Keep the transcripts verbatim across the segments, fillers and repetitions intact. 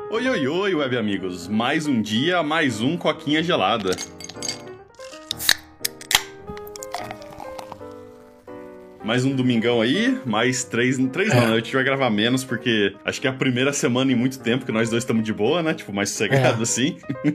Oi, oi, oi, web amigos. Mais um dia, mais um coquinha gelada. Mais um domingão aí, mais três... Três não, né? A gente vai gravar menos, porque acho que é a primeira semana em muito tempo que nós dois estamos de boa, né? Tipo, mais sossegado é. assim.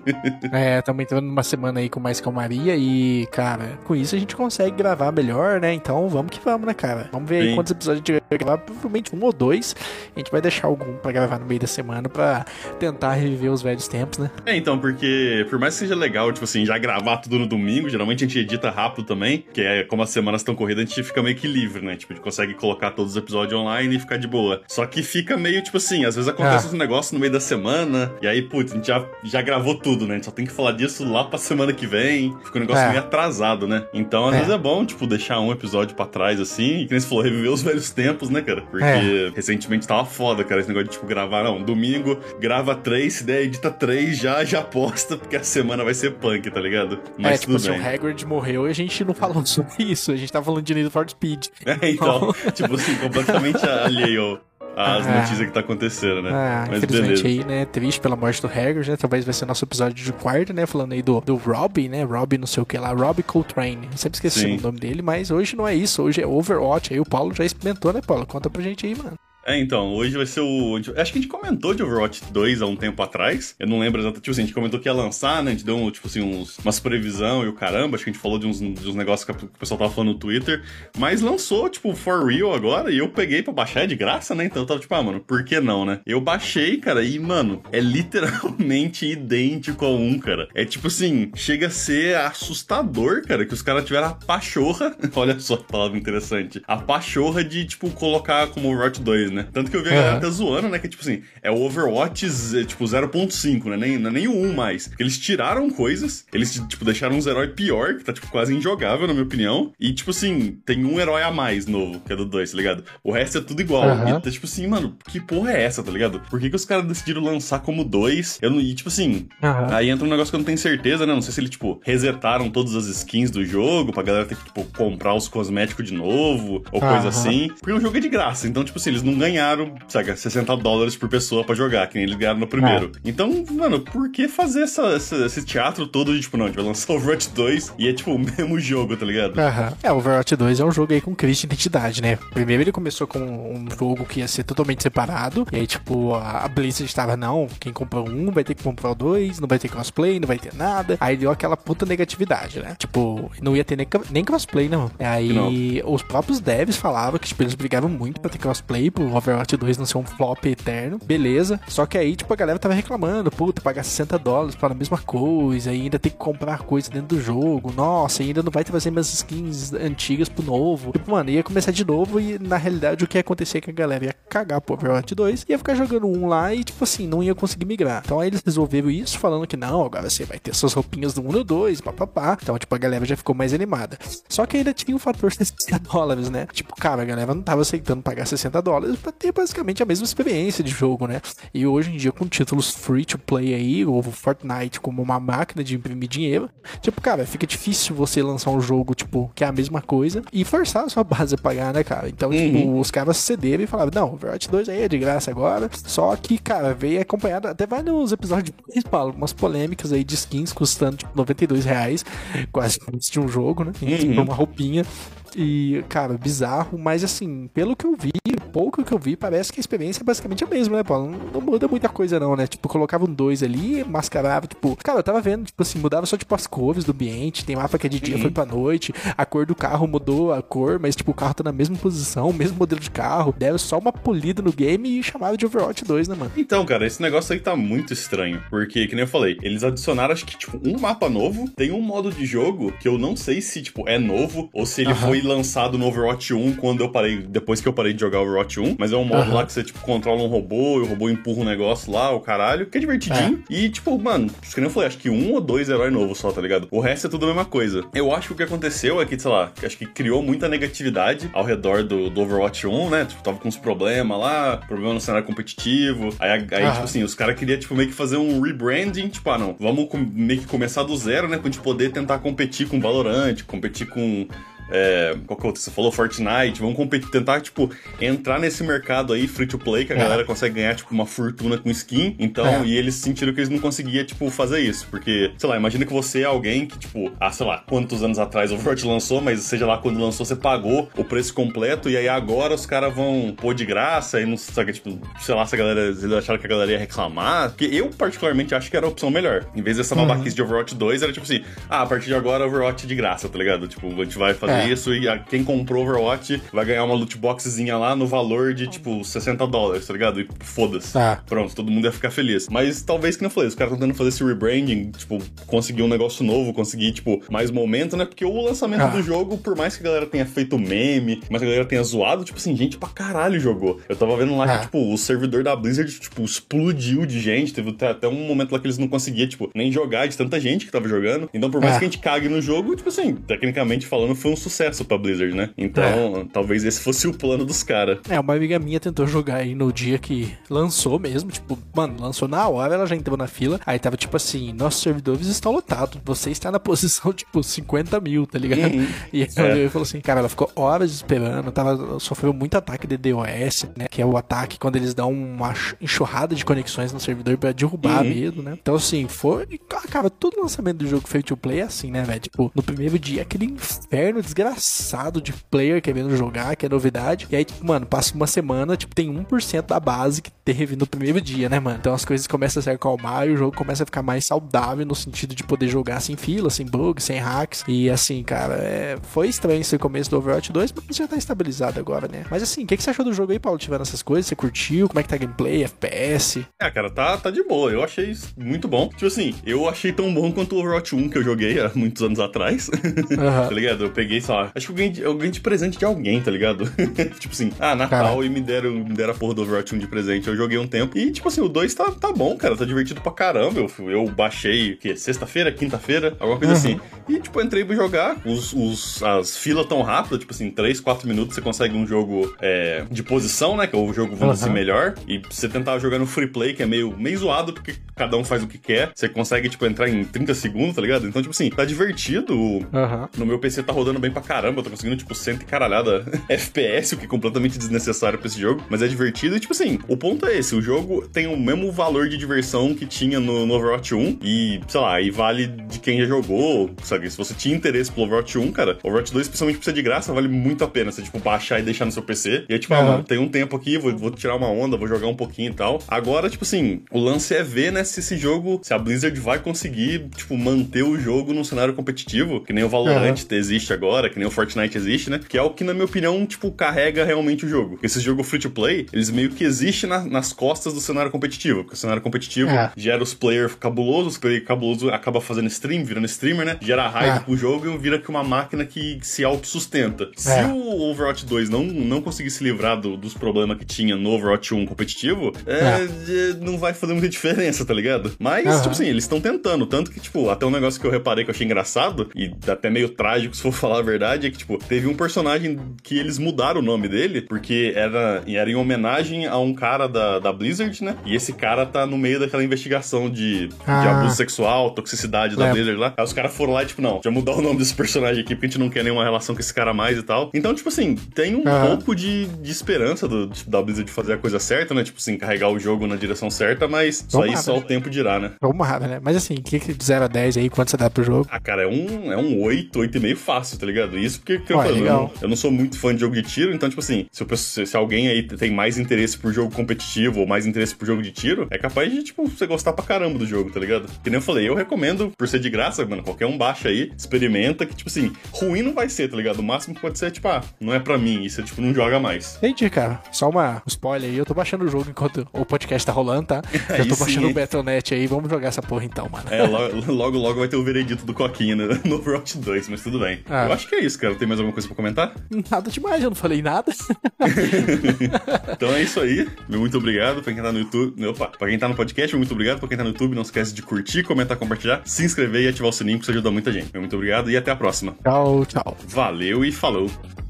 É, estamos entrando numa semana aí com mais calmaria e, cara, com isso a gente consegue gravar melhor, né? Então vamos que vamos, né, cara? Vamos ver aí Sim. quantos episódios a gente vai gravar, provavelmente um ou dois. A gente vai deixar algum pra gravar no meio da semana pra tentar reviver os velhos tempos, né? É, então, porque por mais que seja legal, tipo assim, já gravar tudo no domingo, geralmente a gente edita rápido também, que é como as semanas estão corridas, a gente fica meio que livre, né? Tipo, a gente consegue colocar todos os episódios online e ficar de boa. Só que fica meio, tipo assim, às vezes acontece Ah. um negócio no meio da semana, e aí, putz, a gente já, já gravou tudo, né? A gente só tem que falar disso lá pra semana que vem. Fica um negócio É. meio atrasado, né? Então, às É. vezes é bom, tipo, deixar um episódio pra trás, assim, e que nem você falou, reviver os velhos tempos, né, cara? Porque É. recentemente tava foda, cara, esse negócio de, tipo, gravar, não, domingo, grava três, se der, edita três, já, já posta, porque a semana vai ser punk, tá ligado? Mas é, tipo, tudo se bem. o Hagrid morreu, a gente não falou sobre isso. A gente tá falando de Need for Speed. É, então, tipo assim, completamente alheio às Ah. notícias que tá acontecendo, né? Ah, Mas infelizmente beleza. aí, né, triste pela morte do Hagrid, né, talvez vai ser nosso episódio de quarto, né, falando aí do, do Robbie, né, Robbie não sei o que lá, Robbie Coltrane, eu sempre esqueci Sim. o nome dele, mas hoje não é isso, hoje é Overwatch, aí o Paulo já experimentou, né, Paulo? Conta pra gente aí, mano. É, então, hoje vai ser o... Acho que a gente comentou de Overwatch dois há um tempo atrás. Eu não lembro exatamente, tipo assim, a gente comentou que ia lançar, né? A gente deu, tipo assim, uns, umas previsão e o caramba. Acho que a gente falou de uns, de uns negócios que o pessoal tava falando no Twitter. Mas lançou, tipo, for real agora. E eu peguei pra baixar, é de graça, né? Então eu tava tipo, ah, mano, por que não, né? Eu baixei, cara, e, mano, é literalmente idêntico ao um, cara. É tipo assim, chega a ser assustador, cara, que os caras tiveram a pachorra... Olha só que palavra interessante. A pachorra de, tipo, colocar como Overwatch dois, né? Tanto que eu vi a galera Uhum. tá zoando, né? Que tipo assim, é o Overwatch, z- tipo, zero ponto cinco, né? Nem, não é nem o um mais. Porque eles tiraram coisas, eles, tipo, deixaram uns heróis pior, que tá, tipo, quase injogável, na minha opinião. E, tipo assim, tem um herói a mais novo, que é do dois, tá ligado? O resto é tudo igual. Uhum. E tá, tipo assim, mano, que porra é essa, tá ligado? Por que que os caras decidiram lançar como dois? Eu não... E, tipo assim, Uhum. aí entra um negócio que eu não tenho certeza, né? Não sei se eles, tipo, resetaram todas as skins do jogo pra galera ter que, tipo, comprar os cosméticos de novo, ou coisa Aham. assim. Porque o jogo é de graça, então, tipo assim, eles não ganharam, saca, sessenta dólares por pessoa pra jogar, que nem eles ganharam no primeiro. Então, mano, por que fazer essa, essa- esse teatro todo de, tipo, não, a gente vai lançar o Overwatch dois e é, tipo, o mesmo jogo, tá ligado? Aham. É, o Overwatch dois é um jogo aí com crise de identidade, né? Primeiro ele começou com um jogo que ia ser totalmente separado, e aí, tipo, a a Blizzard estava, não, quem comprou um vai ter que comprar o dois, não vai ter crossplay, não vai ter nada. Aí deu aquela puta negatividade, né? Tipo, não ia ter nem, nem crossplay, não. Aí os próprios devs falavam que, tipo, eles brigavam muito pra ter crossplay, pro Overwatch dois não ser um flop eterno. Beleza. Só que aí, tipo, a galera tava reclamando, puta, pagar sessenta dólares para a mesma coisa, e ainda tem que comprar coisa dentro do jogo. Nossa, ainda não vai trazer minhas skins antigas pro novo. Tipo, mano, ia começar de novo e na realidade o que ia acontecer é que a galera ia cagar pro Overwatch dois, ia ficar jogando um lá e, tipo assim, não ia conseguir migrar. Então aí eles resolveram isso, falando que não, agora você vai ter suas roupinhas do um e do dois, papapá. Então, tipo, a galera já ficou mais animada. Só que ainda tinha um fator sessenta dólares, né? Tipo, cara, a galera não tava aceitando pagar sessenta dólares pra ter basicamente a mesma experiência de jogo, né? E hoje em dia, com títulos free to play aí, ou Fortnite como uma máquina de imprimir dinheiro, tipo, cara, fica difícil você lançar um jogo, tipo, que é a mesma coisa e forçar a sua base a pagar, né, cara? Então, tipo, os caras cederam e falaram, não, Overwatch dois aí é de graça agora. Só que, cara, veio acompanhado, até vai nos episódios de Paulo, umas polêmicas aí de skins custando, tipo, noventa e dois reais, quase como se de um jogo, né? Uhum. Uma roupinha. E, cara, bizarro, mas assim, pelo que eu vi, pouco que eu vi, parece que a experiência é basicamente a mesma, né, Paulo? Não, não muda muita coisa, não, né? Tipo, colocava um dois ali, mascarava, tipo, cara, eu tava vendo, tipo assim, mudava só, tipo, as cores do ambiente, tem mapa que é de dia, Uhum. foi pra noite, a cor do carro mudou a cor, mas, tipo, o carro tá na mesma posição, mesmo modelo de carro, deram só uma polida no game e chamaram de Overwatch dois, né, mano? Então, cara, esse negócio aí tá muito estranho. Porque, que nem eu falei, eles adicionaram, acho que, tipo, um mapa novo. Tem um modo de jogo que eu não sei se, tipo, é novo ou se ele Aham. foi lançado no Overwatch um quando eu parei, depois que eu parei de jogar Overwatch um. Mas é um modo Aham. lá que você, tipo, controla um robô e o robô empurra um negócio lá, o caralho. Que é divertidinho. E, tipo, mano, que nem eu falei, acho que um ou dois heróis novos só, tá ligado? O resto é tudo a mesma coisa. Eu acho que o que aconteceu é que, sei lá, acho que criou muita negatividade ao redor do, do Overwatch um, né? Tipo, tava com uns problemas lá, problema no cenário competitivo. Aí, aí Aham. tipo assim, os caras queriam, tipo, meio que fazer um rebranding, tipo, ah, não, vamos com- meio que começar do zero, né? Pra gente poder tentar competir com Valorant, competir com é, qual que é outro? Você falou Fortnite, vamos competir, tentar, tipo, entrar nesse mercado aí, free to play, que a é. galera consegue ganhar, tipo, uma fortuna com skin. Então, é. e eles sentiram que eles não conseguiam, tipo, fazer isso. Porque, sei lá, imagina que você é alguém que, tipo, ah, sei lá, quantos anos atrás o Overwatch lançou, mas seja lá quando lançou, você pagou o preço completo, e aí agora os caras vão pôr de graça, e não sabe, tipo, sei lá, se a galera, eles acharam que a galera ia reclamar. Porque eu, particularmente, acho que era a opção melhor. Em vez dessa babaquice uhum. de Overwatch dois, era tipo assim, ah, a partir de agora Overwatch de graça, tá ligado? Tipo, a gente vai fazer é. isso e a, quem comprou Overwatch vai ganhar uma loot boxzinha lá no valor de, tipo, sessenta dólares, tá ligado? E foda-se. Ah. Pronto, todo mundo ia ficar feliz. Mas talvez, que não falei, os caras estão tentando fazer esse rebranding, tipo, conseguir um negócio novo, conseguir, tipo, mais momento, né? Porque o lançamento ah. do jogo, por mais que a galera tenha feito meme, mas a galera tenha zoado, tipo assim, gente pra caralho jogou. Eu tava vendo lá ah. que, tipo, o servidor da Blizzard, tipo, explodiu de gente. Teve até um momento lá que eles não conseguiam, tipo, nem jogar de tanta gente que tava jogando. Então, por mais ah. que a gente cague no jogo, tipo assim, tecnicamente falando, foi um sucesso pra Blizzard, né? Então, é. talvez esse fosse o plano dos caras. É, uma amiga minha tentou jogar aí no dia que lançou mesmo, tipo, mano, lançou na hora, ela já entrou na fila, aí tava tipo assim, nossos servidores estão lotados, você está na posição, tipo, cinquenta mil, tá ligado? Uhum. E ela é. falou assim, cara, ela ficou horas esperando, tava, sofreu muito ataque de DDoS, né, que é o ataque quando eles dão uma enxurrada de conexões no servidor pra derrubar uhum. mesmo, né? Então, assim, foi, cara, todo lançamento do jogo free to play é assim, né, velho? Tipo, no primeiro dia, aquele inferno desgraçado de player querendo jogar, que é novidade, e aí, tipo, mano, passa uma semana, tipo, tem um por cento da base que teve no primeiro dia, né, mano? Então as coisas começam a se acalmar e o jogo começa a ficar mais saudável no sentido de poder jogar sem fila, sem bugs, sem hacks. E assim, cara, é... foi estranho esse começo do Overwatch dois, mas já tá estabilizado agora, né? Mas assim, o que, que você achou do jogo aí, Paulo? Tiveram essas coisas? Você curtiu? Como é que tá a gameplay, F P S? É, cara, tá, tá de boa. Eu achei isso muito bom. Tipo assim, eu achei tão bom quanto o Overwatch um que eu joguei há muitos anos atrás. Uhum. Tá ligado? Eu peguei, sei lá, acho que eu ganhei, eu ganhei de presente de alguém, tá ligado? Tipo assim, ah, Natal, cara. E me deram, me deram a porra do Overwatch um de presente. Eu joguei um tempo. E, tipo assim, o dois tá, tá bom, cara. Tá divertido pra caramba. Eu, eu baixei, o quê? Sexta-feira, quinta-feira, alguma coisa uhum. assim. E, tipo, entrei pra jogar. Os, os, as filas tão rápidas, tipo assim, três, quatro minutos você consegue um jogo é, de posição, né? Que é o jogo, vamos dizer, uhum. melhor. E você tentar jogar no free play, que é meio, meio zoado, porque cada um faz o que quer. Você consegue, tipo, entrar em trinta segundos, tá ligado? Então, tipo assim, tá divertido. Uhum. No meu P C tá rodando bem pra caramba. Eu tô conseguindo, tipo, cento e caralhada F P S, o que é completamente desnecessário pra esse jogo. Mas é divertido. E, tipo assim, o ponto é esse. O jogo tem o mesmo valor de diversão que tinha no, no Overwatch um. E, sei lá, e vale de quem já jogou, sabe? Se você tinha interesse pelo Overwatch um, cara, Overwatch dois, principalmente por ser de graça, vale muito a pena você, tipo, baixar e deixar no seu P C. E aí, tipo, uhum. ah, mano, tem um tempo aqui, vou, vou tirar uma onda, vou jogar um pouquinho e tal. Agora, tipo assim, o lance é ver, né, se esse jogo, se a Blizzard vai conseguir, tipo, manter o jogo num cenário competitivo, que nem o Valorant uhum. existe agora, que nem o Fortnite existe, né? Que é o que, na minha opinião, tipo, carrega realmente o jogo. Porque esse jogo free to play, eles meio que existem na, nas costas do cenário competitivo. Porque o cenário competitivo é. gera os players cabulosos, os players cabulosos acaba fazendo stream, virando streamer, né? Gera hype é. pro jogo e vira que uma máquina que se autossustenta. Se é. o Overwatch dois não, não conseguir se livrar do, dos problemas que tinha no Overwatch um competitivo, é, é. não vai fazer muita diferença, tá ligado? Mas, uhum. tipo assim, eles estão tentando. Tanto que, tipo, até um negócio que eu reparei que eu achei engraçado, e até meio trágico se for falar a verdade, é que, tipo, teve um personagem que eles mudaram o nome dele, porque era, era em homenagem a um cara da, da Blizzard, né? E esse cara tá no meio daquela investigação de, ah. de abuso sexual, toxicidade da é. Blizzard lá. Aí os caras foram lá e, tipo, não, já mudar o nome desse personagem aqui, porque a gente não quer nenhuma relação com esse cara mais e tal. Então, tipo assim, tem um ah. pouco de, de esperança do, tipo, da Blizzard fazer a coisa certa, né? Tipo assim, carregar o jogo na direção certa, mas isso aí só o tempo dirá, né? Tomara, né? Mas assim, o que de zero a dez aí, quanto você dá pro jogo? Ah, cara, é um, é um oito, oito e meio fácil, tá ligado? Isso porque, que eu, Ué, eu, não, eu não sou muito fã de jogo de tiro, então, tipo assim, se, eu, se, se alguém aí tem mais interesse por jogo competitivo ou mais interesse por jogo de tiro, é capaz de, tipo, você gostar pra caramba do jogo, tá ligado? Que nem eu falei, eu recomendo, por ser de graça, mano, qualquer um baixa aí, experimenta, que, tipo assim, ruim não vai ser, tá ligado? O máximo que pode ser, tipo, ah, não é pra mim, e você, tipo, não joga mais. Entendi, cara. Só uma um spoiler aí, eu tô baixando o jogo enquanto o podcast tá rolando, tá? Eu tô baixando o Battle ponto net aí, vamos jogar essa porra então, mano. É, logo, logo, logo vai ter o veredito do Coquinha né, no Overwatch dois, mas tudo bem. Ah. Eu acho que é isso, cara. Tem mais alguma coisa pra comentar? Nada demais, eu não falei nada. Então é isso aí. Muito obrigado pra quem tá no YouTube. Opa, pra quem tá no podcast, muito obrigado. Pra quem tá no YouTube, não esquece de curtir, comentar, compartilhar, se inscrever e ativar o sininho, que isso ajuda muita gente. Muito obrigado e até a próxima. Tchau, tchau. Valeu e falou.